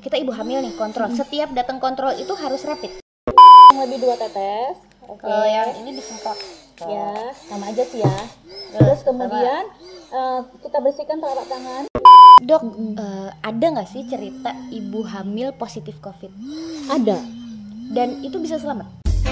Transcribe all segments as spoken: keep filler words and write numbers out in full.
kita ibu hamil nih, kontrol. Setiap datang kontrol itu harus rapid. Lebih dua tetes. Oke. Kalau yang ini disemprot. Ya, sama aja sih ya. Terus kemudian uh, kita bersihkan telapak tangan. Dok, uh, ada nggak sih cerita ibu hamil positif COVID? Ada. Dan itu bisa selamat?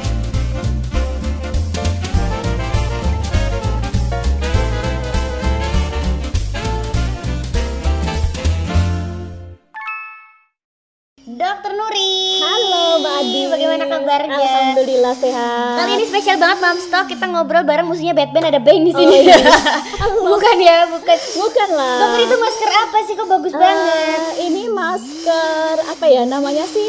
Dokter Nuri. Halo Mbak Adi. Bagaimana kabarnya? Alhamdulillah sehat. Kali ini spesial banget Mamstock, kita ngobrol bareng musuhnya Batman, ada Bane di sini. Oh, iya. Bukan ya, bukan. Bukan lah. Dokter, itu masker apa sih, kok bagus uh, banget? Ini masker apa ya namanya sih?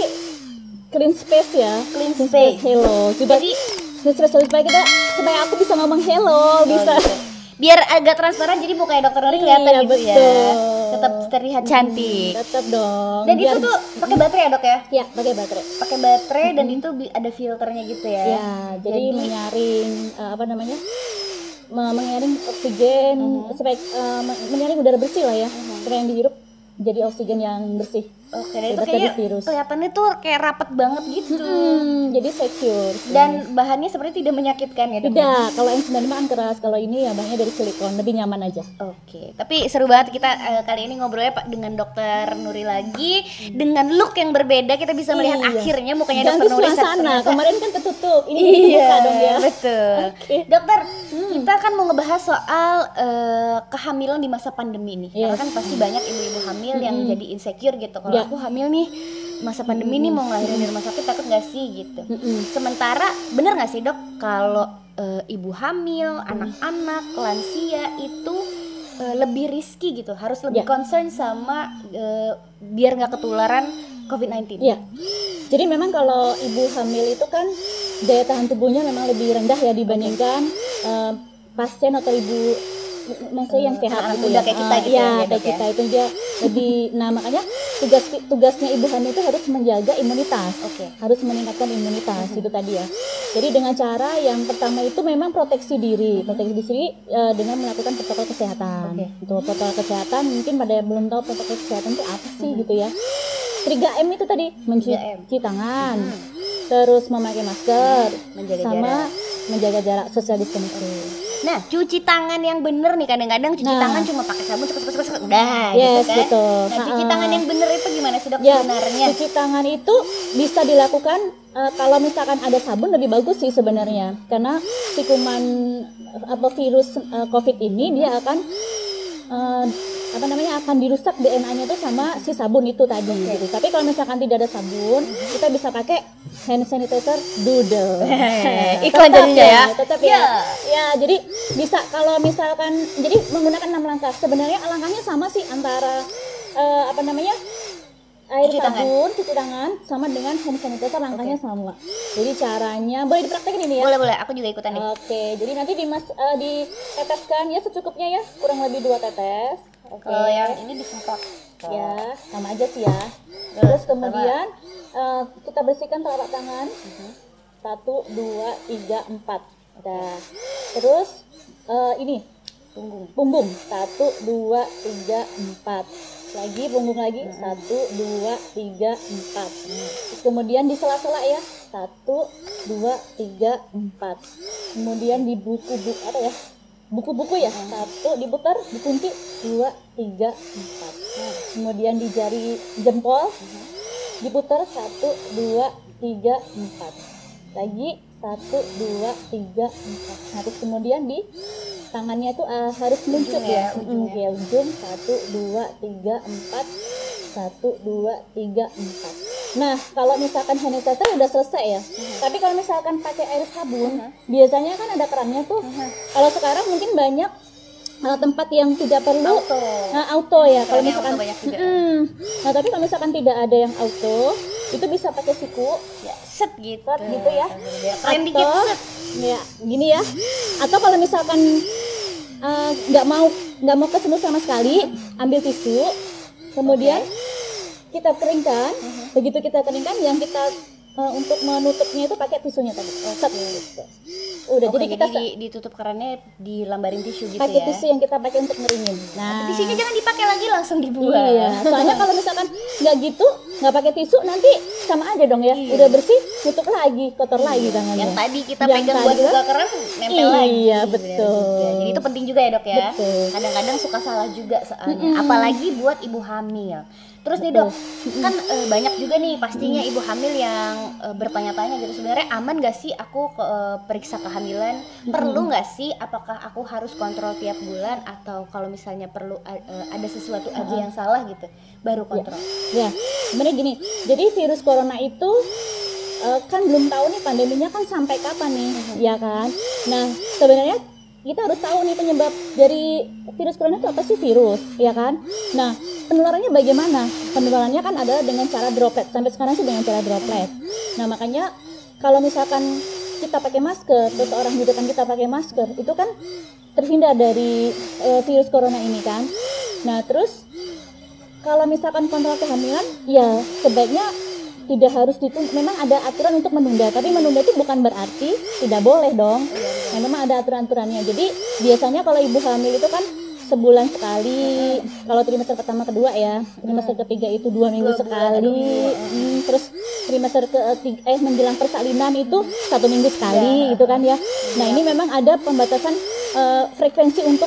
Clean Space ya. Clean Space. Hello. Coba Jadi supaya kita supaya aku bisa ngomong hello, bisa. Oh, gitu. Biar agak transparan, jadi mukanya Dokter Nuri kelihatan iya, gitu betul. ya. Tetap terlihat cantik. Hmm, tetap dong. Dan biar... itu tuh pakai baterai ya, Dok ya? Ya, pakai baterai. Pakai baterai hmm. dan itu ada filternya gitu ya. Ya, jadi, jadi menyaring uh, apa namanya? menyaring oksigen uh-huh. supaya uh, menyaring udara bersih lah ya. Uh-huh. Supaya yang dihirup jadi oksigen yang bersih. Oke, itu kayaknya kelihatannya tuh kayak rapet banget gitu. Hmm, jadi secure. Dan sih. Bahannya seperti tidak menyakitkan ya, Dok? Tidak, kalau yang sembilan puluh lima kan keras, kalau ini ya bahannya dari silikon, lebih nyaman aja. Oke, tapi seru banget kita uh, kali ini ngobrolnya Pak dengan Dokter Nuri lagi hmm. dengan look yang berbeda, kita bisa melihat iya. akhirnya mukanya Dokter Nuri suasana. Kemarin kan tertutup, ini iya, buka dong ya. Betul. Okay. Dokter, hmm. kita kan mau ngebahas soal uh, kehamilan di masa pandemi ini. Yes. Karena kan pasti banyak ibu-ibu hamil hmm. yang jadi insecure gitu. Kalau yeah. aku hamil nih masa pandemi mm-hmm. nih mau ngelahirin di rumah sakit, takut gak sih gitu. Mm-hmm. Sementara bener gak sih, Dok, kalau uh, ibu hamil, mm-hmm. anak-anak, lansia itu uh, lebih risky gitu, harus lebih yeah. concern sama uh, biar gak ketularan covid sembilan belas? Iya, yeah. Jadi memang kalau ibu hamil itu kan daya tahan tubuhnya memang lebih rendah ya dibandingkan uh, pasien atau ibu maksudnya yang sehat gitu ya, kayak kita gitu ya, ya, kayak ya. kita itu dia lebih, nah makanya tugas tugasnya ibu hamil itu harus menjaga imunitas, okay. harus meningkatkan imunitas mm-hmm. itu tadi ya. Jadi dengan cara yang pertama itu memang proteksi diri, proteksi diri uh, dengan melakukan protokol kesehatan. Okay. Itu protokol kesehatan mungkin pada yang belum tahu protokol kesehatan itu apa sih mm-hmm. gitu ya. tiga M itu tadi mencuci tangan, mm-hmm. terus memakai masker, menjaga sama jarak. menjaga jarak social distancing. Nah, cuci tangan yang bener nih, kadang-kadang cuci nah. tangan cuma pakai sabun sekut-sekut udah yes, gitu kan. Betul. Nah, cuci tangan yang bener itu gimana sih, Dok, ya, sebenarnya? Cuci tangan itu bisa dilakukan uh, kalau misalkan ada sabun lebih bagus sih sebenarnya. Karena si kuman apa virus uh, COVID ini dia akan uh, apa namanya akan dirusak D N A-nya itu sama si sabun itu tadi okay. gitu. Tapi kalau misalkan tidak ada sabun, mm-hmm. kita bisa pakai hand sanitizer Doodle. Iklan jadinya ya. Tetap ya. Yeah. Ya, jadi bisa kalau misalkan jadi menggunakan enam langkah. Sebenarnya langkahnya sama sih antara uh, apa namanya? air cuci sabun, tangan. cuci tangan sama dengan hand sanitizer langkahnya okay. sama. Jadi caranya boleh dipraktekin ini ya? Boleh boleh, aku juga ikutan nih. Oke, okay. jadi nanti dimas uh, diteteskan ya secukupnya ya, kurang lebih dua tetes. Oke. Okay. Kalau yang ini disemprot. Ya, sama aja sih ya. Terus kemudian uh, kita bersihkan telapak tangan. Uh-huh. Satu, dua, tiga, empat. Dah. Terus uh, ini punggung. Punggung. Satu, dua, tiga, empat. Lagi punggung lagi. Hmm. Satu, dua, tiga, empat. Hmm. Terus kemudian di sela-sela ya. Satu, dua, tiga, empat. Kemudian di buku-buku apa ya? Buku-buku ya. Hmm. Satu diputar, dikunci. Dua, tiga, empat. Hmm. Kemudian di jari jempol. Hmm. Diputar. Satu, dua, tiga, empat. Lagi. Satu, dua, tiga, empat. Nah, terus kemudian di tangannya itu uh, harus meluncur ya, ujung ya, ujung satu, dua, tiga, empat, satu, dua, tiga, empat. Nah, kalau misalkan hand sanitizer udah selesai ya. Uh-huh. Tapi kalau misalkan pakai air sabun, uh-huh. biasanya kan ada kerannya tuh. Uh-huh. Kalau sekarang mungkin banyak uh, tempat yang tidak perlu auto, nah, auto ya. Kalau misalkan, mm, nah tapi kalau misalkan tidak ada yang auto, itu bisa pakai siku. Ya, set gitu. Set gitu ya. Keren dikit set. Ya, gini ya. Atau kalau misalkan nggak uh, mau nggak mau kesemut sama sekali, ambil tisu, kemudian okay. kita keringkan. Uh-huh. Begitu kita keringkan, yang kita uh, untuk menutupnya itu pakai tisunya tadi. Set gitu. Udah, Oke, jadi kita jadi di- ditutup kerannya dilambarin tisu gitu pakai ya. tisu yang kita pakai untuk ngeringin. Nah, Tisunya jangan dipakai lagi, langsung dibuang. iya, soalnya kalau misalkan nggak gitu, nggak pakai tisu nanti sama aja dong ya. Udah bersih, tutup lagi, kotor lagi tangannya. Yang tadi kita Yang pegang tadi buat buka kan- keran nempel lagi. Iya, Benar betul. juga. Jadi itu penting juga ya dok ya. Betul. Kadang-kadang suka salah juga soalnya, apalagi buat ibu hamil. Terus nih dok, kan eh, banyak juga nih pastinya ibu hamil yang eh, bertanya-tanya gitu, sebenarnya aman gak sih aku ke, eh, periksa kehamilan? Perlu nggak sih? Apakah aku harus kontrol tiap bulan atau kalau misalnya perlu eh, ada sesuatu aja yang salah gitu, baru kontrol? Ya, sebenarnya gini. Jadi virus corona itu eh, kan belum tahu nih pandeminya kan sampai kapan nih, ya kan? Nah, sebenarnya kita harus tahu nih penyebab dari virus corona itu apa sih, virus, ya kan? Nah, penularannya bagaimana? Penularannya kan adalah dengan cara droplet. Sampai sekarang sih dengan cara droplet. Nah, makanya kalau misalkan kita pakai masker, terus orang di depan kita pakai masker, itu kan terhindar dari eh, virus corona ini kan. Nah, terus kalau misalkan kontrol kehamilan, ya sebaiknya tidak harus ditunda. Memang ada aturan untuk menunda, tapi menunda itu bukan berarti tidak boleh dong. Nah, memang ada aturan-aturannya. Jadi biasanya kalau ibu hamil itu kan sebulan sekali. Kalau trimester pertama kedua ya, trimester ketiga itu dua minggu sekali. Hmm, terus trimester ketiga eh menjelang persalinan itu satu minggu sekali, gitu kan ya. Nah, ini memang ada pembatasan eh, frekuensi untuk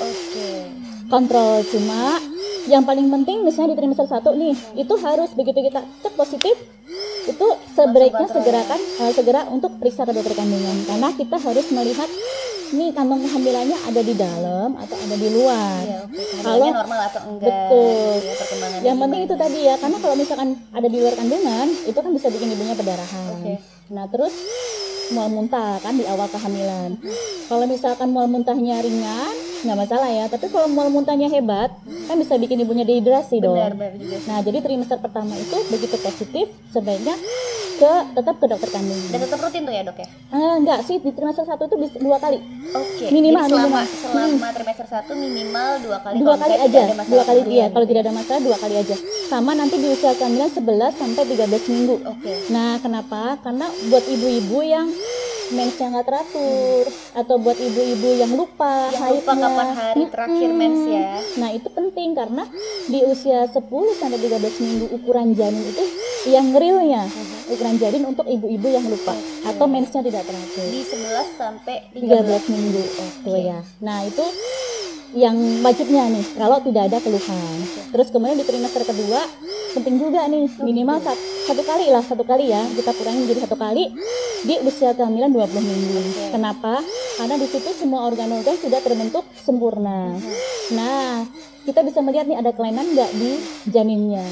kontrol. Cuma yang paling penting misalnya di trimester satu nih, itu harus begitu kita cek positif, itu sebaiknya segerakan uh, segera untuk periksa ke dokter kandungan, karena kita harus melihat nih kantong kehamilannya ada di dalam atau ada di luar. Ya, oke. Kalau normal atau enggak? betul. Ya, perkembangannya Yang penting gimana? itu tadi ya, karena kalau misalkan ada di luar kandungan, itu kan bisa bikin ibunya pendarahan. Oke. Nah, terus mual muntah kan di awal kehamilan. Kalau misalkan mual muntahnya ringan, nggak masalah ya. Tapi kalau mual muntahnya hebat, kan bisa bikin ibunya dehidrasi dong. Benar, benar juga sih. Nah, jadi trimester pertama itu begitu positif, sebaiknya ke tetap ke dokter kandungan. Dan tetap rutin tuh ya dok ya? Ah, enggak sih, di trimester satu itu bisa dua kali. Oke. Minimal, Jadi selama minimal. selama trimester satu minimal dua kali. Dua kalau kali misalnya aja, tidak ada masalah dua kali kemudian iya. Kalau gitu tidak ya. ada masalah dua kali aja. Sama nanti di usia kehamilan sebelas sampai tiga belas minggu. Oke. Nah, kenapa? Karena buat ibu-ibu yang mensnya nggak teratur, atau buat ibu-ibu yang lupa Yang lupa haidnya. kapan hari terakhir Mm-mm. mens ya. Nah, itu penting karena di usia sepuluh sampai tiga belas minggu ukuran janin itu yang realnya ukuran janin untuk ibu-ibu yang lupa atau mensnya tidak teratur. Di sebelas sampai tiga tiga belas belas minggu itu ya. Nah, itu yang wajibnya nih kalau tidak ada keluhan. Terus kemudian di trimester kedua penting juga nih minimal satu, satu kali lah satu kali ya kita kurangi menjadi satu kali di usia kehamilan dua puluh minggu. Kenapa? Karena di situ semua organ-organ sudah terbentuk sempurna. Nah, kita bisa melihat nih ada kelainan nggak di janinnya.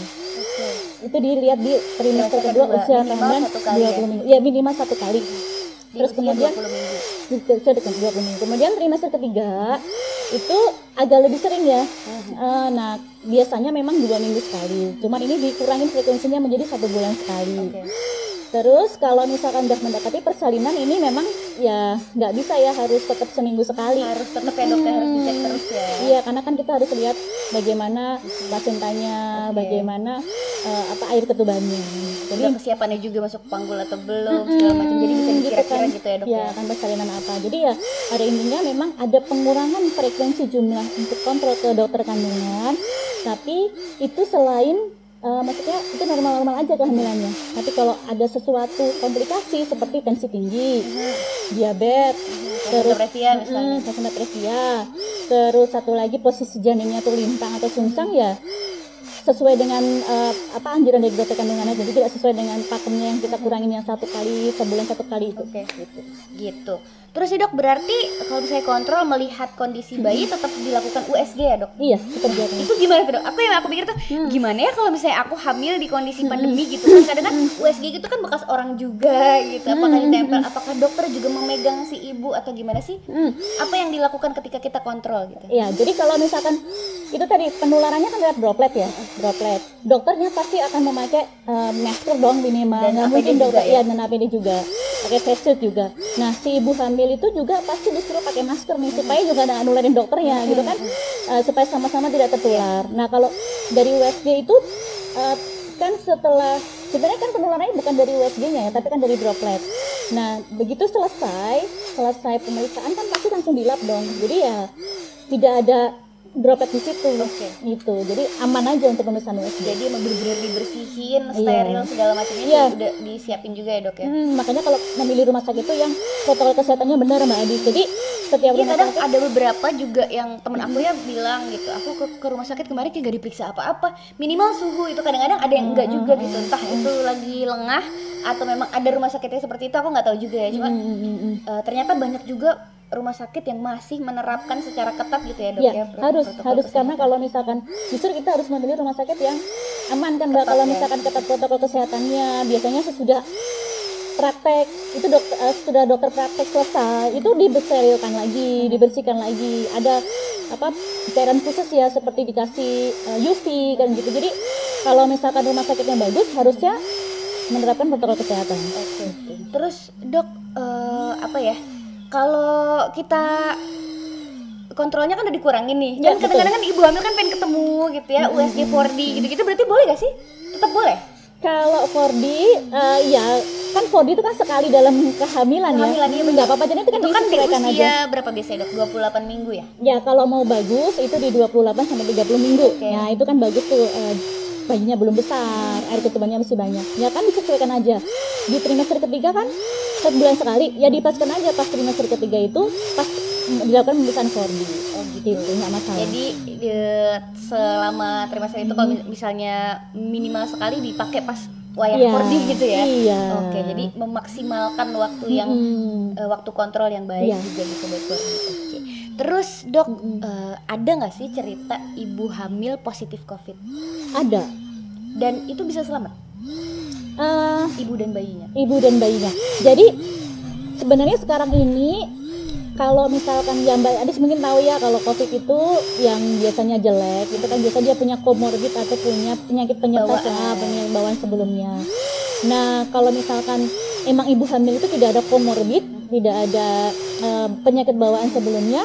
Itu dilihat di trimester Trimester kedua kedua, usia minimal kehamilan satu kali dua puluh ya? minggu. Ya minimal satu kali. Di Terus usia kemudian dua puluh minggu. sudah dekat dua puluh minggu. Kemudian trimester ketiga itu agak lebih sering ya. Eh, nah, biasanya memang dua minggu sekali. Cuman ini dikurangin frekuensinya menjadi satu bulan sekali. Oke. Terus kalau misalkan udah mendekati persalinan ini memang ya nggak bisa ya, harus tetap seminggu sekali. Harus tetap ya dok ya, harus dicek terus ya. Iya, karena kan kita harus lihat bagaimana placentanya, bagaimana eh, apa air ketubannya. Jadi Udah kesiapannya juga masuk panggul atau belum segala macam. Jadi bisa dikira-kira gitu ya dok ya. ya kan persalinan apa. Jadi ya pada intinya memang ada pengurangan frekuensi jumlah untuk kontrol ke dokter kandungan, tapi itu selain Uh, maksudnya itu normal-normal aja kehamilannya. Tapi kalau ada sesuatu komplikasi seperti tensi tinggi, diabetes, terus Depresia misalnya. mm, depresia, terus satu lagi posisi janinnya tuh lintang atau sungsang ya sesuai dengan uh, apa anjuran dari dokter kandungan aja. Jadi tidak sesuai dengan pakemnya yang kita kurangin yang satu kali sebulan satu kali itu. Oke, gitu. Terus sih dok, berarti kalau misalnya kontrol melihat kondisi bayi tetap dilakukan U S G ya dok? Iya, itu biasanya. Itu gimana tuh dok? Aku yang aku pikir tuh gimana ya kalau misalnya aku hamil di kondisi pandemi gitu kan, kadang kan U S G gitu kan bekas orang juga gitu. Apakah ditempel? Apakah dokter juga memegang si ibu atau gimana sih? Apa yang dilakukan ketika kita kontrol gitu? Iya, jadi kalau misalkan itu tadi penularannya kan lewat droplet ya, droplet. Dokternya pasti akan memakai uh, masker dong minimal. Dan Nggak A P D mungkin juga dokter ya? ya, dan A P D juga, pakai face shield juga. Nah, si ibu hamil itu juga pasti disuruh pakai masker nih supaya juga nggak nularin dokternya gitu kan, uh, supaya sama-sama tidak tertular. Nah, kalau dari U S G itu uh, kan setelah sebenarnya kan penularannya bukan dari U S G-nya ya, tapi kan dari droplet. Nah, begitu selesai selesai pemeriksaan kan pasti langsung dilap dong. Jadi ya tidak ada droplet di situ. Oke. Gitu. Jadi aman aja untuk pemeriksaan U S G. Jadi emang bener-bener dibersihin, Iya. steril segala macamnya Iya. udah disiapin juga ya dok ya. Hmm, makanya kalau memilih rumah sakit itu yang protokol kesehatannya benar Mbak Adi. Jadi setiap Iya rumah kadang sakit ada beberapa juga yang temen aku ya bilang gitu, aku ke, ke rumah sakit kemarin kayak gak diperiksa apa-apa, minimal suhu itu kadang-kadang ada yang enggak juga gitu, entah itu lagi lengah atau memang ada rumah sakitnya seperti itu aku nggak tahu juga ya, cuma Hmm, hmm, hmm, hmm. uh, ternyata banyak juga rumah sakit yang masih menerapkan secara ketat gitu ya dok Ya, ya. harus protokol harus kesehatan. karena kalau misalkan justru kita harus memilih rumah sakit yang aman kan Mbak. Ketat Kalau ya. misalkan ketat protokol kesehatannya, biasanya sesudah praktek itu dokter uh, sudah dokter praktek selesai itu disterilkan lagi, dibersihkan lagi, ada apa cairan khusus ya seperti dikasih uh, U V kan gitu. Jadi kalau misalkan rumah sakitnya bagus harusnya menerapkan protokol kesehatan. Oke. Terus dok uh, apa ya? Kalau kita kontrolnya kan udah dikurangin nih. Ya, Dan kadang-kadang kan ibu hamil kan pengen ketemu gitu ya, U S G four D gitu-gitu berarti boleh gak sih? Tetap boleh? Kalau four D, uh, ya kan four D itu kan sekali dalam kehamilan, Kehamilan, ya. iya, Nggak apa-apa, jadi itu kan Itu kan di disesuaikan usia aja. berapa biasanya dok? dua puluh delapan minggu ya? Ya kalau mau bagus itu di dua puluh delapan sampai tiga puluh minggu. Oke. Nah itu kan bagus tuh, uh, bayinya belum besar, air ketubannya masih banyak. Ya kan disesuaikan aja. Di trimester ketiga kan satu bulan sekali, ya dipaskan aja pas trimester ketiga itu pas dilakukan pemeriksaan four D. Oh gitu. Gitu, nggak masalah. Jadi de- selama trimester itu kalau mis- misalnya minimal sekali dipakai pas wayang Iya, four D gitu ya? iya. Oke, jadi memaksimalkan waktu yang Mm-mm. eh, waktu kontrol yang baik Iya. juga gitu buat four D. Oke. Terus dok, eh, ada nggak sih cerita ibu hamil positif COVID? Ada. Dan itu bisa selamat Uh, ibu dan bayinya? ibu dan bayinya. Jadi sebenarnya sekarang ini kalau misalkan ya Mbak Adis mungkin tahu ya kalau COVID itu yang biasanya jelek itu kan biasa dia punya komorbid atau punya penyakit penyerta Bawaan. penyakit bawaan sebelumnya. Nah kalau misalkan emang ibu hamil itu tidak ada komorbid, tidak ada eh, penyakit bawaan sebelumnya,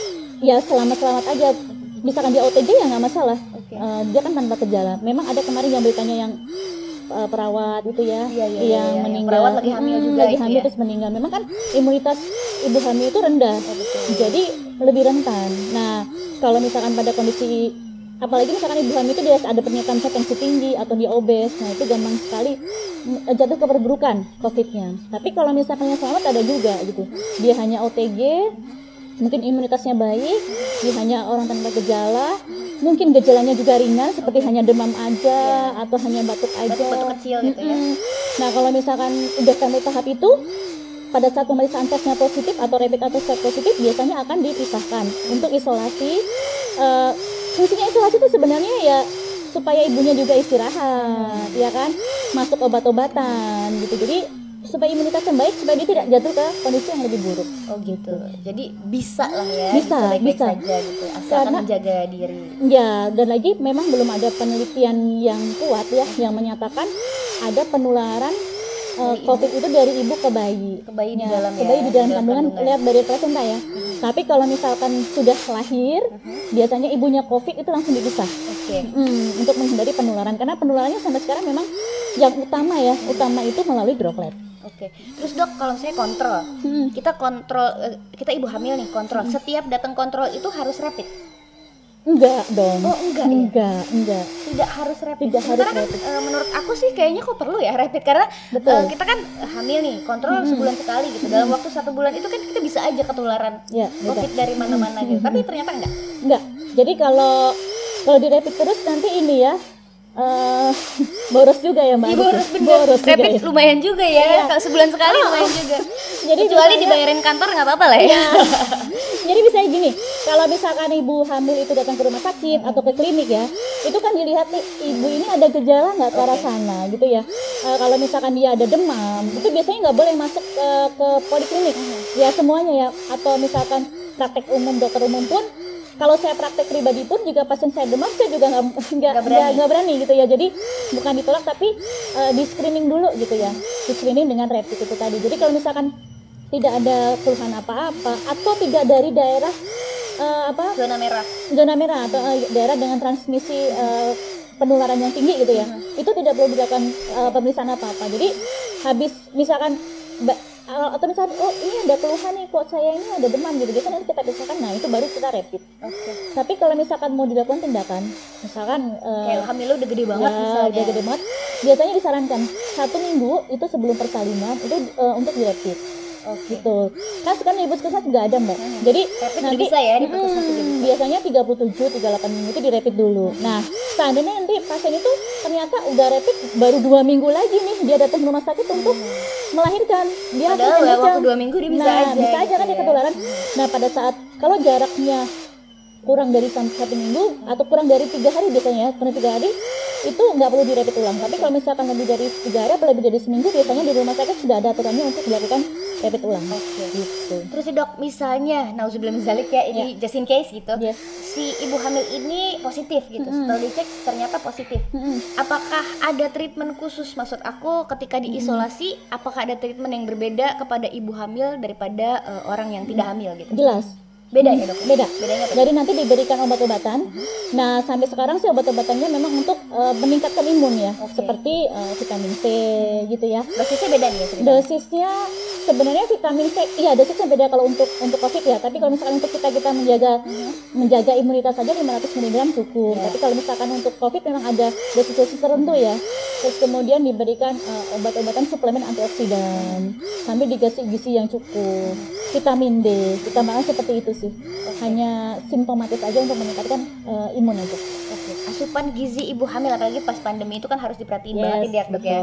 ya selamat-selamat aja. Misalkan dia O T G ya nggak masalah. Oke. Eh, dia kan tanpa gejala. Memang ada kemarin yang beritanya yang uh, perawat itu ya, Iya, iya, yang iya, yang meninggal, perawat lagi hamil Hmm, juga lagi itu hamil ya. terus meninggal. Memang kan imunitas ibu hamil itu rendah, betul. jadi lebih rentan. Nah, kalau misalkan pada kondisi apalagi misalkan ibu hamil itu dia ada pernyataan hipertensi tinggi atau dia obes, nah itu gampang sekali mm, jatuh ke perburukan COVID-nya. Tapi kalau misalkan yang selamat ada juga gitu, dia hanya O T G, mungkin imunitasnya baik, dia hanya orang tanpa gejala, mungkin gejalanya juga ringan seperti hanya demam aja atau hanya batuk aja. Batuk-batuk kecil gitu ya. Mm-mm. Nah kalau misalkan udah sampai tahap itu, pada saat pemeriksaan tesnya positif atau rapid atau swab positif biasanya akan dipisahkan untuk isolasi. Uh, fungsinya isolasi itu sebenarnya ya supaya ibunya juga istirahat, ya kan, masuk obat-obatan gitu. Jadi supaya imunitasnya baik, supaya dia tidak jatuh ke kondisi yang lebih buruk. Oh gitu. Jadi bisa lah ya. Bisa, baik-baik bisa. saja gitu. Asalkan Karena- menjaga diri. Ya, dan lagi memang belum ada penelitian yang kuat ya yang menyatakan ada penularan uh, Dari COVID itu dari ibu ke bayi. Ke bayi di Ya, dalam ke ya. bayi di dalam dalam kandungan, kandungan. lihat dari plasenta ya. Tapi kalau misalkan sudah lahir, biasanya ibunya COVID itu langsung dipisah. Oke. Hmm, untuk menghindari penularan, karena penularannya sampai sekarang memang yang utama ya, utama itu melalui droplet. Oke. Terus dok, kalau saya kontrol, Hmm. kita kontrol, eh, kita ibu hamil nih kontrol. Setiap datang kontrol itu harus rapid. Enggak dong. Oh enggak ya? Enggak, enggak. Tidak harus rapid. Tidak harus Sementara kan rapid. eh, menurut aku sih kayaknya kok perlu ya rapid karena Betul. eh, kita kan hamil nih kontrol sebulan sekali gitu. Dalam waktu satu bulan itu kan kita bisa aja ketularan Ya, COVID dari mana-mana gitu. Tapi ternyata enggak. Enggak. Jadi kalau kalau di rapid terus nanti ini ya eh boros juga ya Mbak. Iya Adis ya? boros bener. Boros juga Rapid ya. lumayan juga ya. Iya. Kalau sebulan sekali lumayan juga. Jadi Kecuali misalnya- dibayarin kantor nggak apa-apa lah ya. Jadi bisa gini, kalau misalkan ibu hamil itu datang ke rumah sakit atau ke klinik ya, itu kan dilihat nih ibu ini ada gejala nggak ke arah sana gitu ya. Eh, kalau misalkan dia ada demam, itu biasanya nggak boleh masuk ke, ke poliklinik. Ya semuanya ya. Atau misalkan praktek umum dokter umum pun, kalau saya praktek pribadi pun juga pasien saya demam saya juga nggak nggak Nggak berani. nggak- nggak berani gitu ya. Jadi bukan ditolak tapi eh, di screening dulu gitu ya. Di screening dengan rapid itu tadi. Jadi kalau misalkan tidak ada keluhan apa-apa atau tidak dari daerah eh, apa Zona merah. zona merah atau eh, daerah dengan transmisi eh, penularan yang tinggi gitu ya, itu tidak perlu dilakukan eh, pemeriksaan apa-apa. Jadi habis misalkan ba- atau misalnya oh ini ada keluhan nih kok saya ini ada demam gitu gitu nanti kita pisahkan, nah itu baru kita rapid. Okay. Tapi kalau misalkan mau dilakukan tindakan misalkan kayak uh, hamil lo udah gede banget ya, misalnya udah gede banget, biasanya disarankan satu minggu itu sebelum persalinan itu uh, untuk dirapid. Okay. Gitu. Kan sekarang di puskesmas juga ada mbak. Hmm. Jadi rapid nanti bisa ya di puskesmas hmm, bisa. Biasanya tiga puluh tujuh tiga puluh delapan minggu itu dirapid dulu. Hmm. Nah seandainya nanti pasien itu ternyata udah rapid baru dua minggu lagi nih dia datang ke rumah sakit hmm. untuk melahirkan, dia padahal ya, waktu dua minggu dia bisa nah, aja. bisa aja gitu kan dia ya. ketularan. Hmm. Nah pada saat kalau jaraknya kurang dari satu minggu atau kurang dari tiga hari biasanya, kurang tiga hari itu nggak perlu dirapid ulang. Tapi kalau misalkan lebih dari tiga hari atau lebih dari seminggu biasanya di rumah sakit sudah ada aturannya untuk dilakukan rapid ulang. Okay. Gitu. Terus dok misalnya nauzubillah min zalik ya ini yeah. just in case gitu, yes. si ibu hamil ini positif gitu, mm-hmm. setelah dicek ternyata positif. Mm-hmm. Apakah ada treatment khusus, maksud aku ketika diisolasi, mm-hmm. apakah ada treatment yang berbeda kepada ibu hamil daripada uh, orang yang tidak hamil gitu? Jelas. Beda ya dok? Beda. Bedanya apa? Jadi nanti diberikan obat-obatan. Uh-huh. Nah sampai sekarang sih obat-obatannya memang untuk uh, meningkatkan imun ya, okay. seperti uh, vitamin C gitu ya. Dosisnya beda nih ya? Sebenarnya? Dosisnya sebenarnya vitamin C, iya dosisnya beda kalau untuk untuk COVID ya. Tapi kalau misalkan untuk kita kita menjaga uh-huh. menjaga imunitas saja lima ratus miligram cukup. Yeah. Tapi kalau misalkan untuk COVID memang ada dosis-dosis tertentu ya. Terus kemudian diberikan uh, obat-obatan suplemen antioksidan sambil dikasih gizi yang cukup, vitamin D, ditambahkan seperti itu sih. Okay. Hanya simptomatis aja untuk meningkatkan uh, imun aja. Okay. Asupan gizi ibu hamil apalagi pas pandemi itu kan harus diperhatiin yes, banget ya dok ya.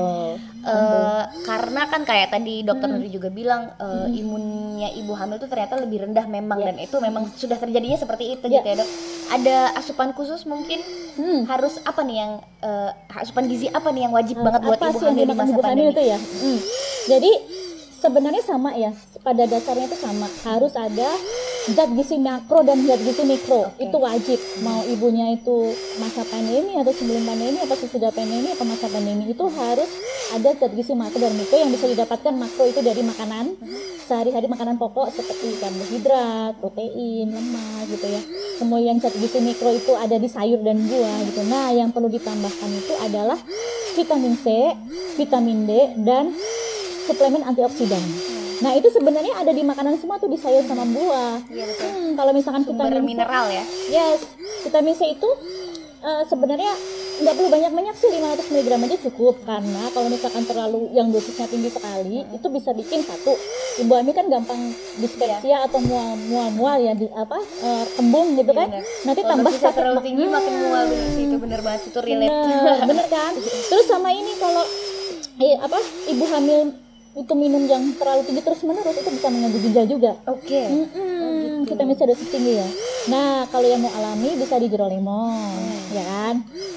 Uh, karena kan kayak tadi dokter hmm. Nuri juga bilang uh, hmm. imunnya ibu hamil itu ternyata lebih rendah memang yeah. dan itu memang sudah terjadinya seperti itu yeah. gitu ya dok. Ada asupan khusus mungkin hmm. harus apa nih yang uh, asupan gizi apa nih yang wajib hmm. banget buat apa ibu hamil di masa ibu pandemi hamil itu ya? Hmm. Jadi sebenarnya sama ya, pada dasarnya itu sama, harus ada zat gizi makro dan zat gizi mikro. Okay. Itu wajib, mau ibunya itu masa pandemi atau sebelum pandemi atau sesudah pandemi atau masa pandemi, itu harus ada zat gizi makro dan mikro yang bisa didapatkan. Makro itu dari makanan sehari-hari, makanan pokok seperti karbohidrat, protein, lemak gitu ya. Kemudian zat gizi mikro itu ada di sayur dan buah gitu. Nah yang perlu ditambahkan itu adalah vitamin C, vitamin D, dan suplemen antioksidan. Nah itu sebenarnya ada di makanan semua tuh, di sayur sama buah. Iya betul. Hmm, kalau misalkan sumber vitamin mineral ya. Yes, vitamin C itu uh, sebenarnya nggak perlu banyak-banyak sih, lima ratus miligram aja cukup. Karena kalau misalkan terlalu yang dosisnya tinggi sekali, hmm. itu bisa bikin satu, ibu hamil kan gampang dispepsia yeah. atau mual-mual ya di apa uh, kembung gitu kan. Bener. Nanti kalau tambah sakit terlalu tinggi hmm. makin mual, bener sih, itu bener banget, itu relate. Bener, bener kan. Terus sama ini kalau eh, apa ibu hamil itu minum yang terlalu tinggi terus menerus itu bisa mengganggu ginjal juga. Oke. Okay. Oh, gitu. Vitamin C dosis tinggi ya. Nah kalau yang mau alami bisa di jeruk lemon, hmm. ya kan,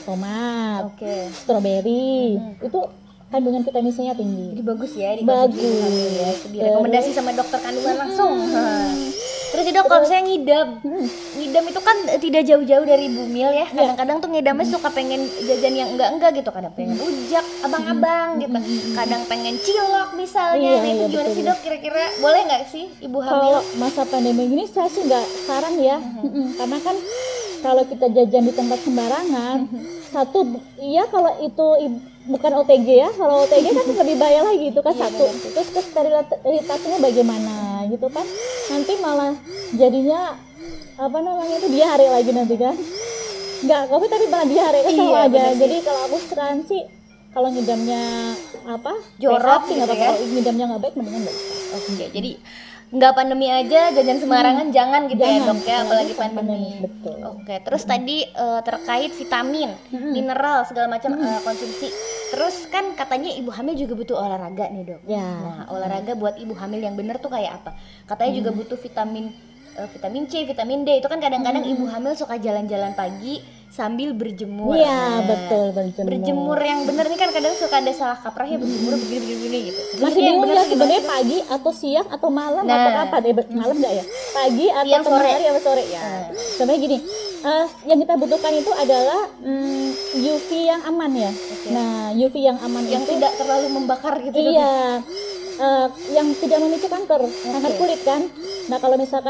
tomat, okay. stroberi, hmm. itu kandungan vitamin C-nya tinggi. Jadi bagus ya di bagus ya. Itu direkomendasi sama dokter kandungan langsung. Hmm. Terus dok kalau saya ngidam, hmm. ngidam itu kan tidak jauh-jauh dari ibu hamil ya. Kadang-kadang tuh ngidamnya suka pengen jajan yang enggak-enggak gitu. Kadang pengen ujak, abang-abang gitu. Kadang pengen cilok misalnya. Iya, nah itu iya, gimana betul, sih dok? Kira-kira boleh nggak sih ibu hamil? Kalau masa pandemi ini saya sih nggak saran ya, mm-hmm. karena kan kalau kita jajan di tempat sembarangan, mm-hmm. satu, iya kalau itu ibu, bukan O T G ya, kalau O T G kan lebih bahaya lagi itu kan iya, satu, bener. Terus kesterilitasnya bagaimana gitu kan, nanti malah jadinya apa namanya itu diare lagi nanti kan, nggak covid tapi malah diare kan sama iya, aja. Jadi kalau aku saran sih kalau ngidamnya apa jorok sih nggak gitu apa-apa, ya? kalau ngidamnya nggak baik mendingan nggak usah. Oke, okay, jadi nggak pandemi aja jajan sembarangan hmm. jangan gitu jangan, ya dok ya, apalagi pandemi. Betul. Oke, okay. Terus hmm. tadi uh, terkait vitamin, hmm. mineral segala macam hmm. uh, konsumsi. Terus kan katanya ibu hamil juga butuh olahraga nih dok. Ya. Nah olahraga buat ibu hamil yang bener tuh kayak apa? Katanya hmm. juga butuh vitamin uh, vitamin C, vitamin D. Itu kan kadang-kadang hmm. ibu hamil suka jalan-jalan pagi sambil berjemur. Iya nah, betul berjemur. Berjemur yang bener nih kan kadang suka ada salah kaprah ya, berjemur begini-begini gitu. Masih bingung ya sebenarnya pagi atau siang atau malam nah. atau apa deh, malam nggak ya? Pagi atau yang tengah sore. hari atau sore ya. Nah. Sebenarnya gini, uh, yang kita butuhkan itu adalah um, U V yang aman ya. Okay. Nah U V yang aman yang itu tidak terlalu membakar gitu. Iya. Uh, yang tidak memicu kanker, okay. kanker kulit kan. Nah kalau misalkan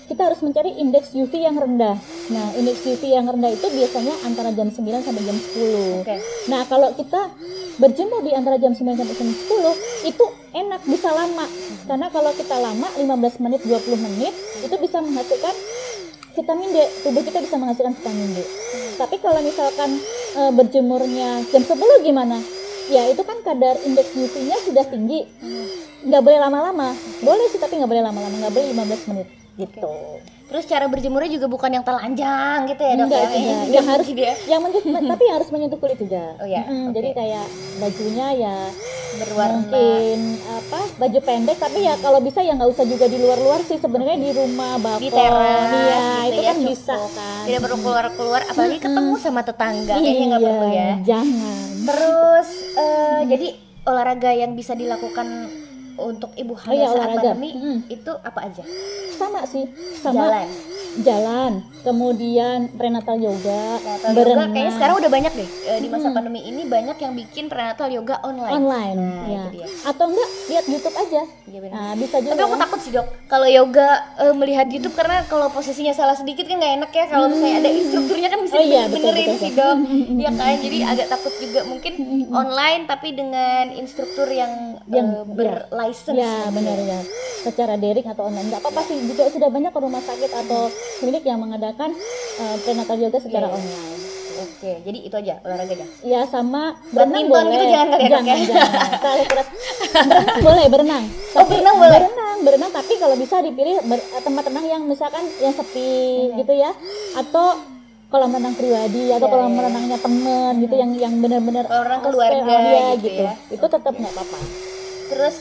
kita harus mencari indeks U V yang rendah. Nah, indeks U V yang rendah itu biasanya antara jam sembilan sampai jam sepuluh. Okay. Nah, kalau kita berjemur di antara jam sembilan sampai jam sepuluh itu enak, bisa lama. Karena kalau kita lama lima belas menit, dua puluh menit itu bisa menghasilkan vitamin D. Tubuh kita bisa menghasilkan vitamin D. Tapi kalau misalkan e, berjemurnya jam sepuluh gimana? Ya itu kan kadar indeks U V-nya sudah tinggi. Nggak boleh lama-lama. Boleh sih tapi nggak boleh lama-lama, nggak boleh lima belas menit gitu. Okay. Terus cara berjemurnya juga bukan yang telanjang gitu ya, Dok? Enggak, ya? ya. Yang harus dia. Yang menyentuh, tapi yang harus menyentuh kulit juga. Oh ya. Hmm, okay. Jadi kayak bajunya ya berwarna mungkin apa baju pendek, tapi ya kalau bisa ya nggak usah juga di luar-luar sih, sebenarnya di rumah balkon, di teras, iya gitu itu ya, kan cukup. bisa kan. Tidak perlu keluar-keluar, apalagi Mm-mm. ketemu sama tetangga, Iya, kayaknya nggak perlu ya. Jangan. Terus uh, jadi olahraga yang bisa dilakukan untuk ibu hamil oh, iya, saat olahraga. pandemi Mm. itu apa aja? Sama sih, sama Jalan. Jalan, kemudian prenatal yoga, Prenatal berenang. yoga kayaknya sekarang udah banyak deh uh, di masa Hmm. pandemi ini banyak yang bikin prenatal yoga online. Online, Nah, ya. itu dia. Atau enggak lihat YouTube aja. Iya, benar. Nah, bisa juga. Tapi aku takut sih, Dok, kalau yoga uh, melihat YouTube, karena kalau posisinya salah sedikit kan nggak enak ya. Kalau misalnya ada instrukturnya kan bisa Oh iya, betul, benerin betul, sih, betul. Dok. Iya kan, jadi agak takut juga mungkin online tapi dengan instruktur yang, Yang- uh, berlicense. Ya benar ya, secara daring atau online nggak apa-apa sih, juga sudah banyak rumah sakit atau klinik yang mengadakan uh, prenatal yoga secara Iya, iya. online. Oke, jadi itu aja olahraganya. Ya sama berenang Badminton boleh. gitu jangan kali ya, Dok, jangan, ya? jangan. Terlalu keras. Berenang boleh berenang. Oh, berenang boleh? Berenang, berenang tapi kalau bisa dipilih ber- tempat renang yang misalkan yang sepi gitu ya, atau kolam renang pribadi atau Iya, kolam iya. renangnya temen gitu yang yang benar-benar Kolam renang asli, keluarga oh, iya, gitu ya. Itu tetap nggak apa-apa. Terus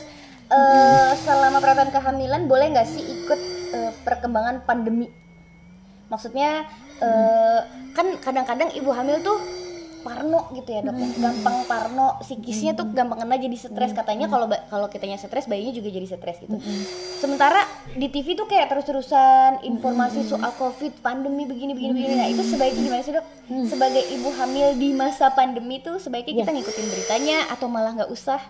uh, selama perawatan kehamilan boleh nggak sih ikut uh, perkembangan pandemi? Maksudnya uh, kan kadang-kadang ibu hamil tuh parno gitu ya, Dok, ya. Gampang parno, psikisnya tuh gampang kena jadi stres, katanya kalau ba- kalau kitanya stres bayinya juga jadi stres gitu. Sementara di T V tuh kayak terus-terusan informasi soal Covid, pandemi begini begini begini. Nah, itu sebaiknya gimana sih, Dok? Sebagai ibu hamil di masa pandemi tuh sebaiknya kita ngikutin beritanya atau malah nggak usah?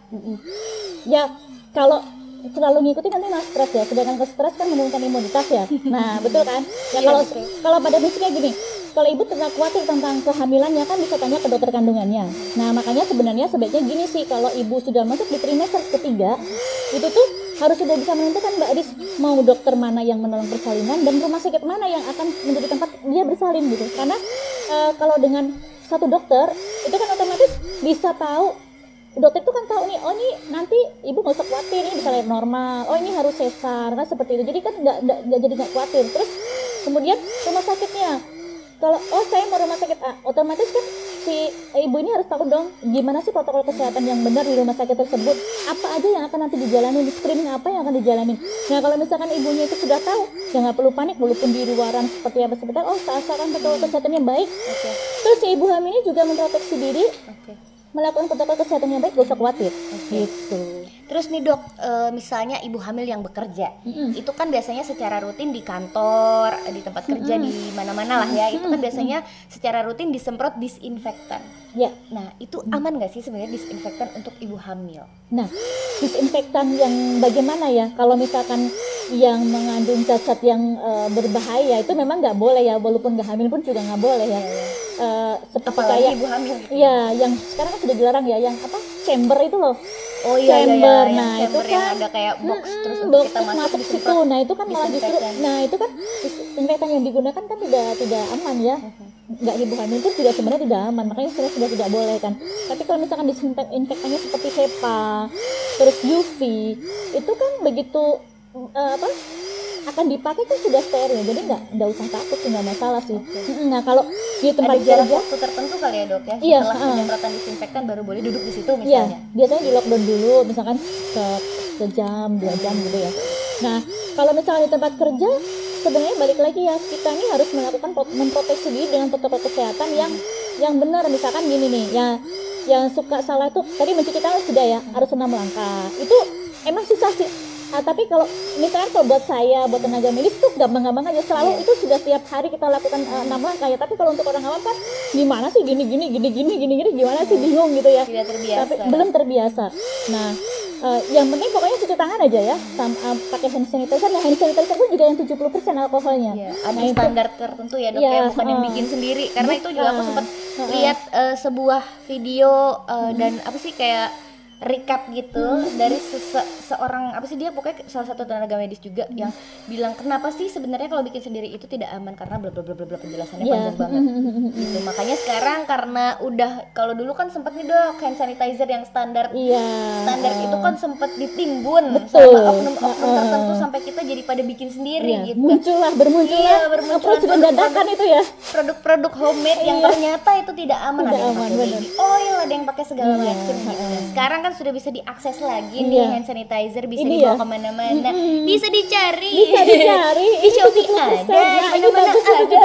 Ya kalau terlalu ngikutin nanti malah stres ya, sedangkan ke stres kan menurunkan imunitas ya. Nah betul kan ya. Iya, Kalau betul. kalau pada prinsipnya gini, kalau ibu terlalu khawatir tentang kehamilannya kan bisa tanya ke dokter kandungannya. Nah makanya sebenarnya sebaiknya gini sih, kalau ibu sudah masuk di trimester ketiga itu tuh harus sudah bisa menentukan Mbak Adis mau dokter mana yang menolong persalinan dan rumah sakit mana yang akan menjadi tempat dia bersalin gitu. Karena uh, kalau dengan satu dokter itu kan otomatis bisa tahu, dokter itu kan tahu nih, oh ini nanti ibu nggak usah khawatir, ini bisa lahir normal, oh ini harus sesar, kan seperti itu. Jadi kan nggak nggak jadi nggak khawatir. Terus kemudian rumah sakitnya, kalau oh saya mau rumah sakit A, otomatis kan si ibu ini harus tahu dong gimana sih protokol kesehatan yang benar di rumah sakit tersebut, apa aja yang akan nanti dijalani, di screening apa yang akan dijalani. Nah kalau misalkan ibunya itu sudah tahu, ya nggak perlu panik walaupun di luaran seperti apa sebentar, oh asalkan protokol kesehatannya baik. Oke. Terus si ibu hamil ini juga memproteksi diri, Oke. melakukan protokol kesehatan yang baik, gak usah khawatir. Gitu. Terus nih, Dok, e, misalnya ibu hamil yang bekerja, Mm-mm. itu kan biasanya secara rutin di kantor, di tempat kerja, di mana-mana lah ya, itu kan biasanya secara rutin disemprot disinfektan. Ya. Nah, itu aman nggak sih sebenarnya disinfektan untuk ibu hamil? Nah, disinfektan yang bagaimana ya? Kalau misalkan yang mengandung zat-zat yang uh, berbahaya itu memang nggak boleh ya, walaupun nggak hamil pun juga nggak boleh ya. Uh, seperti Apalagi kayak ibu hamil gitu. ya, yang sekarang kan sudah dilarang ya, yang apa? Chamber itu loh. Oh iya, chamber. iya, iya. Nah, Yang itu chamber yang kan ada kayak box mm-mm, terus untuk box kita terus masuk, masuk disemprot situ. Nah, itu kan malah justru disinfektan. nah, itu kan disinfektan yang digunakan kan tidak tidak aman ya. Nggak ibu hamil itu juga sebenarnya tidak aman, makanya sudah sudah tidak boleh kan. Tapi kalau misalkan disinfektannya seperti HEPA, terus U V, itu kan begitu uh, apa? akan dipakai kan sudah steril, jadi nggak nggak usah takut, nggak masalah sih. Okay. Nah kalau di tempat Ada jarak kerja, waktu tertentu kali ya, Dok ya, Iya, setelah uh. penyemprotan disinfektan baru boleh duduk di situ iya misalnya. biasanya di lockdown dulu, misalkan ke sejam dua jam gitu ya. Nah kalau misalnya di tempat kerja, sebenarnya balik lagi ya, kita ini harus melakukan memproteksi diri dengan protokol kesehatan yang yang benar. Misalkan gini nih ya, yang suka salah tuh tadi mencuci tangan sudah ya, harus enam langkah. Itu emang susah sih. Ah, tapi kalau misalkan kalau buat saya, buat tenaga medis tuh gampang-gampang aja, selalu Iya. itu sudah tiap hari kita lakukan uh, enam langkah ya. Tapi kalau untuk orang awam kan gimana sih gini gini gini gini gini gini gimana sih, bingung gitu ya. Tidak terbiasa. Tapi belum terbiasa. Nah uh, yang penting pokoknya cuci tangan aja ya, sama uh, pakai hand sanitizer. Nah hand sanitizer pun juga yang tujuh puluh persen alkoholnya. Ya, ada nah, standar itu, tertentu ya dok ya, ya, bukan uh, yang bikin sendiri. Karena bukan. Itu juga aku sempat uh, lihat uh, sebuah video uh, hmm. dan apa sih kayak recap gitu hmm. dari sese seorang apa sih dia pokoknya salah satu tenaga medis juga hmm. yang bilang kenapa sih sebenarnya kalau bikin sendiri itu tidak aman karena bla bla bla bla bla penjelasannya yeah. panjang banget gitu. Makanya sekarang karena udah kalau dulu kan sempat nih dok hand sanitizer yang standar yeah. standar uh. itu kan sempat ditimbun betul. sama oknum-oknum uh. tertentu sampai kita jadi pada bikin sendiri yeah. gitu. Muncullah bermunculah iya, bermunculan dadakan itu ya produk-produk homemade yang ternyata itu tidak aman, tidak ada yang pakai baby oil, ada yang pakai segala yeah. macam gitu. Sekarang kan sudah bisa diakses lagi iya. nih hand sanitizer bisa ini dibawa ya? Kemana-mana mm-hmm. bisa dicari bisa dicari di Shopee ada di mana-mana ada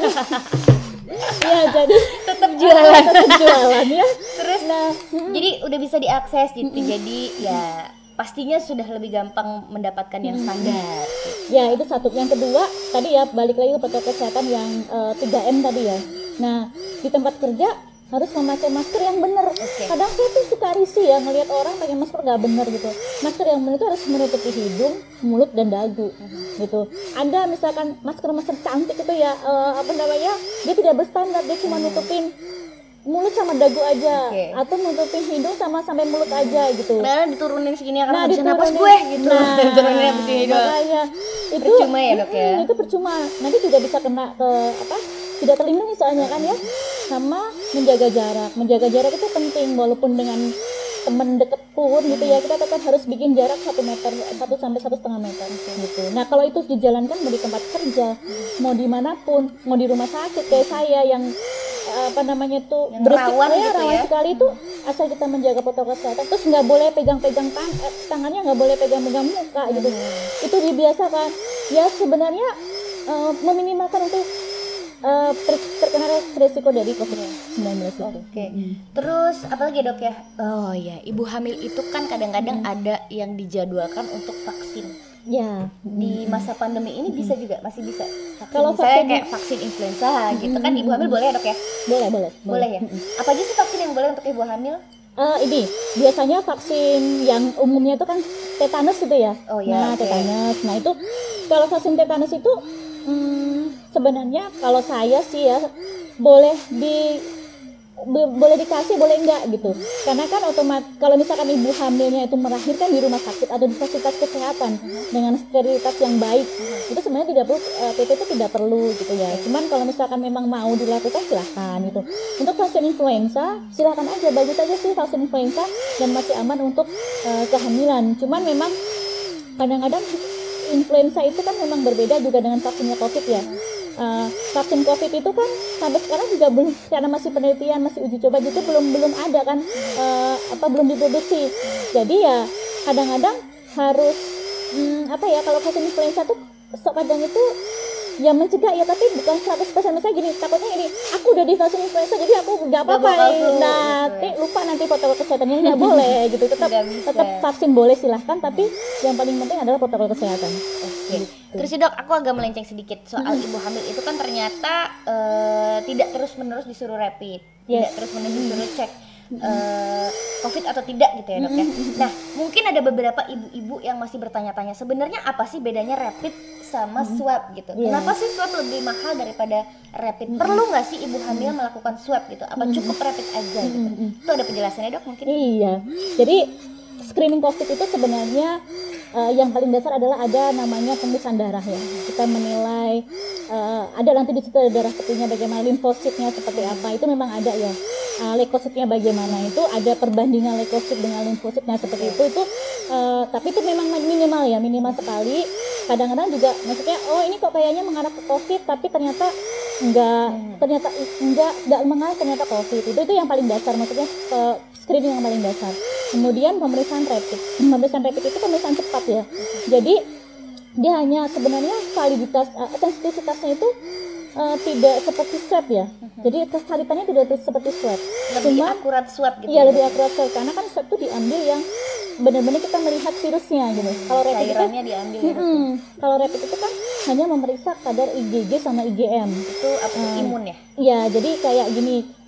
ya jadi tetap jualan tetap jualan ya terus nah mm-hmm. jadi udah bisa diakses gitu mm-hmm. jadi ya pastinya sudah lebih gampang mendapatkan yang standar mm-hmm. ya itu satu. Yang kedua tadi ya balik lagi ke protokol kesehatan yang uh, tiga M tadi ya. Nah di tempat kerja harus memakai masker yang benar. Okay. Kadang saya tuh suka risih ya ngelihat orang pakai masker nggak benar gitu. Masker yang benar itu harus menutupi hidung, mulut dan dagu uh-huh. gitu. Ada misalkan masker-masker cantik itu ya uh, apa namanya dia tidak berstandar, dia cuma nutupin mulut sama dagu aja okay. atau nutupin hidung sama sampai mulut aja gitu. Nah diturunin segini karena nah, bisa napas gue gitu. Nah, diturunin habis ini doang. Makanya itu percuma ya dok ya. Hmm, itu percuma. Nanti juga bisa kena ke apa? Tidak terlindungi soalnya kan ya. Sama menjaga jarak. Menjaga jarak itu penting walaupun dengan teman deket pun gitu ya kita tetap harus bikin jarak satu meter satu sampai satu setengah meter gitu. Nah kalau itu dijalankan mau di tempat kerja, mau dimanapun, mau di rumah sakit kayak saya yang apa namanya tuh rawan ya, gitu rawan ya. sekali itu asal kita menjaga protokol kesehatan. Terus nggak boleh pegang-pegang tang eh, tangannya nggak boleh pegang-pegang muka gitu. Hmm. Itu dibiasakan. Ya sebenarnya uh, meminimalkan untuk Uh, ter terkena resiko dari covid sembilan belas itu. Oke. Okay. Hmm. Terus apalagi dok ya? Oh ya, ibu hamil itu kan kadang-kadang hmm. ada yang dijadwalkan untuk vaksin. Ya. Di masa pandemi ini hmm. bisa juga masih bisa. Kalau misalnya kayak vaksin influenza hmm. gitu kan ibu hamil boleh ya dok ya? Boleh, boleh. Boleh, boleh ya. Hmm. Apa aja sih vaksin yang boleh untuk ibu hamil? Uh, ini biasanya vaksin yang umumnya itu kan tetanus itu ya. Oh ya. Nah, okay. tetanus. Nah, itu kalau vaksin tetanus itu Hmm, sebenarnya kalau saya sih ya boleh di be, boleh dikasih boleh enggak gitu karena kan otomatis kalau misalkan ibu hamilnya itu melahirkan di rumah sakit atau di fasilitas kesehatan uh-huh. dengan sterilitas yang baik uh-huh. itu sebenarnya tidak perlu P P itu tidak perlu gitu ya cuman kalau misalkan memang mau dilakukan silahkan gitu. Untuk vaksin influenza silahkan aja, bagus aja sih vaksin influenza dan masih aman untuk uh, kehamilan. Cuman memang kadang-kadang influenza itu kan memang berbeda juga dengan vaksinnya COVID ya. Uh, vaksin COVID itu kan sampai sekarang juga belum, karena masih penelitian, masih uji coba gitu belum belum ada kan, uh, apa belum diproduksi. Jadi ya kadang-kadang harus hmm, apa ya kalau vaksin influenza tuh kadang itu ya mencegah ya tapi bukan seratus persen. Misalnya gini, takutnya ini aku udah divaksin influenza jadi aku nggak apa-apa nih. Nah, gitu ya. Lupa nanti protokol kesehatannya nggak boleh gitu. Tetap tetap vaksin boleh silahkan, tapi yang paling penting adalah protokol kesehatan. Oke. Gitu. Terus sih dok, aku agak melenceng sedikit soal mm-hmm. ibu hamil itu kan ternyata uh, tidak terus-menerus disuruh rapid, yes. tidak terus-menerus disuruh cek uh, COVID atau tidak gitu ya dok ya. Nah, mungkin ada beberapa ibu-ibu yang masih bertanya-tanya sebenarnya apa sih bedanya rapid sama swab gitu. Yeah. Kenapa sih swab lebih mahal daripada rapid? Perlu nggak sih ibu hamil melakukan swab gitu? Apa cukup rapid aja gitu? Itu ada penjelasannya dok mungkin? Iya. Jadi screening COVID itu sebenarnya uh, yang paling dasar adalah ada namanya pemeriksaan darah ya. Kita menilai uh, ada nanti di situ ada darah putihnya bagaimana, limfositnya seperti apa. Itu memang ada ya. Uh, leukositnya bagaimana, itu ada perbandingan leukosit dengan limfositnya seperti itu itu uh, tapi itu memang minimal ya, minimal sekali. Kadang-kadang juga maksudnya oh ini kok kayaknya mengarah ke COVID tapi ternyata enggak, hmm. ternyata enggak enggak mengarah ternyata COVID. Itu itu yang paling dasar, maksudnya uh, screening yang paling dasar. Kemudian pemeriksaan rapid. Pemeriksaan rapid itu pemeriksaan cepat ya. Jadi dia hanya sebenarnya validitas uh, sensitivitasnya itu Uh, tidak seperti swab ya, uh-huh. jadi kesalitannya tidak seperti swab. Lebih Cuma, akurat swab gitu. Iya ya? Lebih akurat swab karena kan swab itu diambil yang benar-benar kita melihat virusnya gitu. Hmm, kalau rapid itu diambil. Hmm, kalau rapid itu kan hanya memeriksa kadar I G G sama I G M. Itu apa? Uh, imun ya? Iya, jadi kayak gini.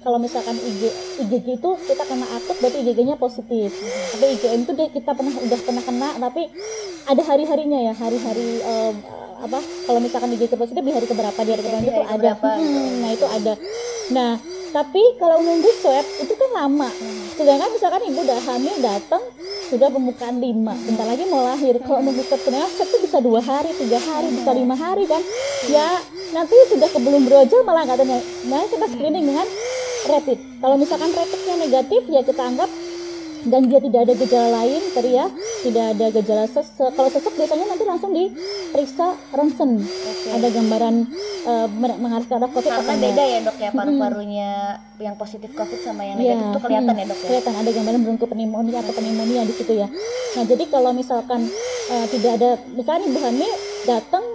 kalau misalkan I G, I G G itu kita kena akut berarti I G G-nya positif. Tapi I G M itu dia kita pernah udah pernah kena tapi ada hari-harinya ya, hari-hari um, apa kalau misalkan I G G positif di hari keberapa, di hari keberapa itu hari ada. keberapa, Hmm, nah itu ada. Nah tapi kalau nunggu swab itu kan lama. Sedangkan misalkan ibu udah hamil datang sudah pembukaan lima, bentar lagi mau lahir. Kalau nunggu swab sebenarnya swab itu bisa dua hari, tiga hari, bisa lima hari kan? Ya nanti sudah kebelum brojol malah nggak tanya. Nah kita screening dengan rapid. Kalau misalkan rapidnya negatif ya kita anggap dan dia tidak ada gejala lain tadi ya, tidak ada gejala sesek. Kalau sesek biasanya nanti langsung diperiksa ronsen. Okay. Ada gambaran uh, mengarah ke arah COVID. Karena beda ya dok ya paru-parunya hmm. yang positif COVID sama yang negatif itu yeah. kelihatan hmm. ya dok ya. Kelihatan ada gambaran bronko pneumonia atau pneumonia di situ ya. Nah jadi kalau misalkan uh, tidak ada, misalnya ibu hamil datang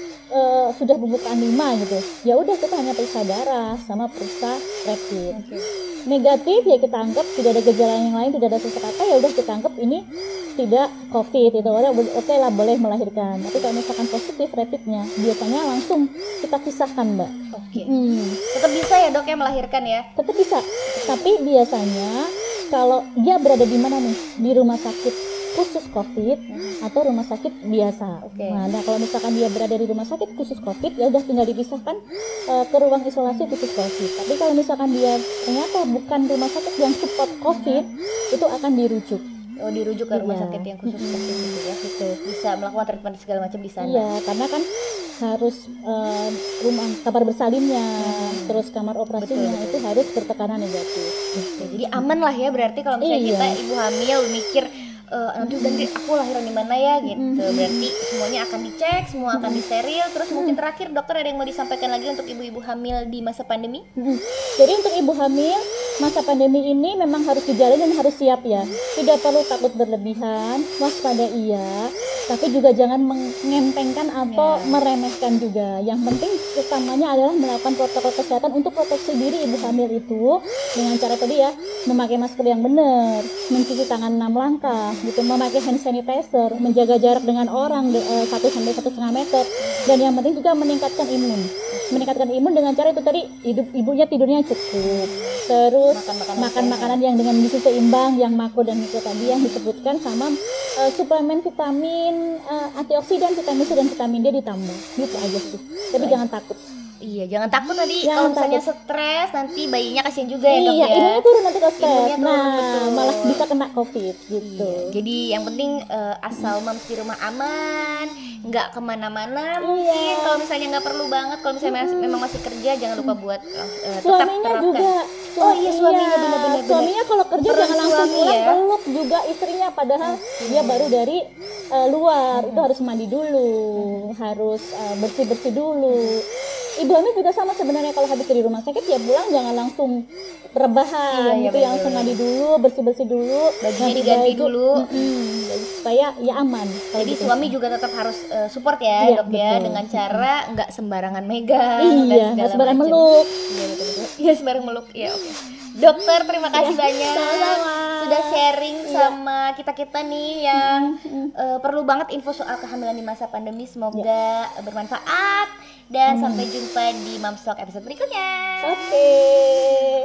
Uh, sudah pembukaan lima gitu, ya udah kita hanya periksa darah sama periksa rapid. Okay. Negatif ya kita anggap tidak ada gejala yang lain, tidak ada sesak apa, ya udah kita anggap ini tidak COVID itu. Oke okay lah boleh melahirkan. Tapi kalau misalkan positif rapidnya biasanya langsung kita pisahkan mbak. Oke. Okay. Hmm. Tetap bisa ya dok ya melahirkan ya? Tetap bisa. Tapi biasanya kalau dia berada di mana nih, di rumah sakit khusus COVID hmm. atau rumah sakit biasa. Okay. Nah, nah kalau misalkan dia berada di rumah sakit khusus COVID ya udah tinggal dipisahkan uh, ke ruang isolasi khusus COVID. Tapi kalau misalkan dia ternyata bukan rumah sakit yang support COVID hmm. itu akan dirujuk. Oh dirujuk ke rumah iya. sakit yang khusus COVID hmm. gitu ya. Gitu. Bisa melakukan treatment segala macam di sana. Iya, karena kan harus uh, rumah kamar bersalinnya, hmm. terus kamar operasinya betul, itu betul. Harus bertekanan negatif. Gitu. Jadi aman lah ya berarti kalau misalnya iya. kita ibu hamil mikir Uh, nanti udah nih aku lahiran di mana ya gitu. Mm-hmm. Berarti semuanya akan dicek, semua akan disteril. Terus mm-hmm. mungkin terakhir dokter ada yang mau disampaikan lagi untuk ibu-ibu hamil di masa pandemi? Mm-hmm. Jadi untuk ibu hamil masa pandemi ini memang harus dijalani dan harus siap ya. Tidak perlu takut berlebihan, waspada iya, tapi juga jangan mengentengkan atau yeah. meremehkan juga. Yang penting utamanya adalah melakukan protokol kesehatan untuk proteksi diri ibu hamil itu dengan cara tadi ya, memakai masker yang benar, mencuci tangan enam langkah gitu, memakai hand sanitizer, menjaga jarak dengan orang satu sampai satu setengah meter, dan yang penting juga meningkatkan imun. Meningkatkan imun dengan cara itu tadi, hidup ibunya tidurnya cukup, terus makan, makan makanan yang dengan gizi seimbang, yang makro dan mikro tadi yang disebutkan, sama uh, suplemen vitamin uh, antioksidan, vitamin C dan vitamin D ditambah, gitu aja sih. Tapi jangan takut. Iya, jangan takut nanti kalau misalnya stres nanti bayinya kasihan juga ya dok iya, ya. Iya, imunnya turun nanti kalau stres. Nah, betul. malah bisa kena COVID gitu. Iya, jadi yang penting uh, asal mams di rumah aman, nggak kemana-mana mungkin. Iya. Kalau misalnya nggak perlu banget, kalau misalnya hmm. memang masih kerja jangan lupa buat uh, tetap suaminya terapkan. juga. Oh iya suaminya iya. benar-benar. Suaminya kalau kerja Perlu jangan langsung pulang ya. peluk juga istrinya, padahal hmm. dia baru dari uh, luar. Hmm. Itu harus mandi dulu, hmm. harus uh, bersih-bersih dulu. Ibu hamil juga sama sebenarnya, kalau habis dari rumah sakit ya pulang jangan langsung rebahan iya, gitu, iya, yang langsung mandi dulu, bersih-bersih dulu, bajunya diganti baju, dulu mm-hmm, supaya ya aman. Jadi gitu. Suami juga tetap harus uh, support ya, iya, dok betul. Ya dengan cara nggak sembarangan megang, iya, nggak sembarang macem. meluk, iya betul betul, iya sembarang meluk, ya oke. Okay. Dokter terima kasih ya, banyak sama. Sudah sharing ya. Sama kita-kita nih yang mm-hmm. uh, perlu banget info soal kehamilan di masa pandemi, semoga ya. Bermanfaat dan hmm. sampai jumpa di Mom's Talk episode berikutnya. Oke. Okay.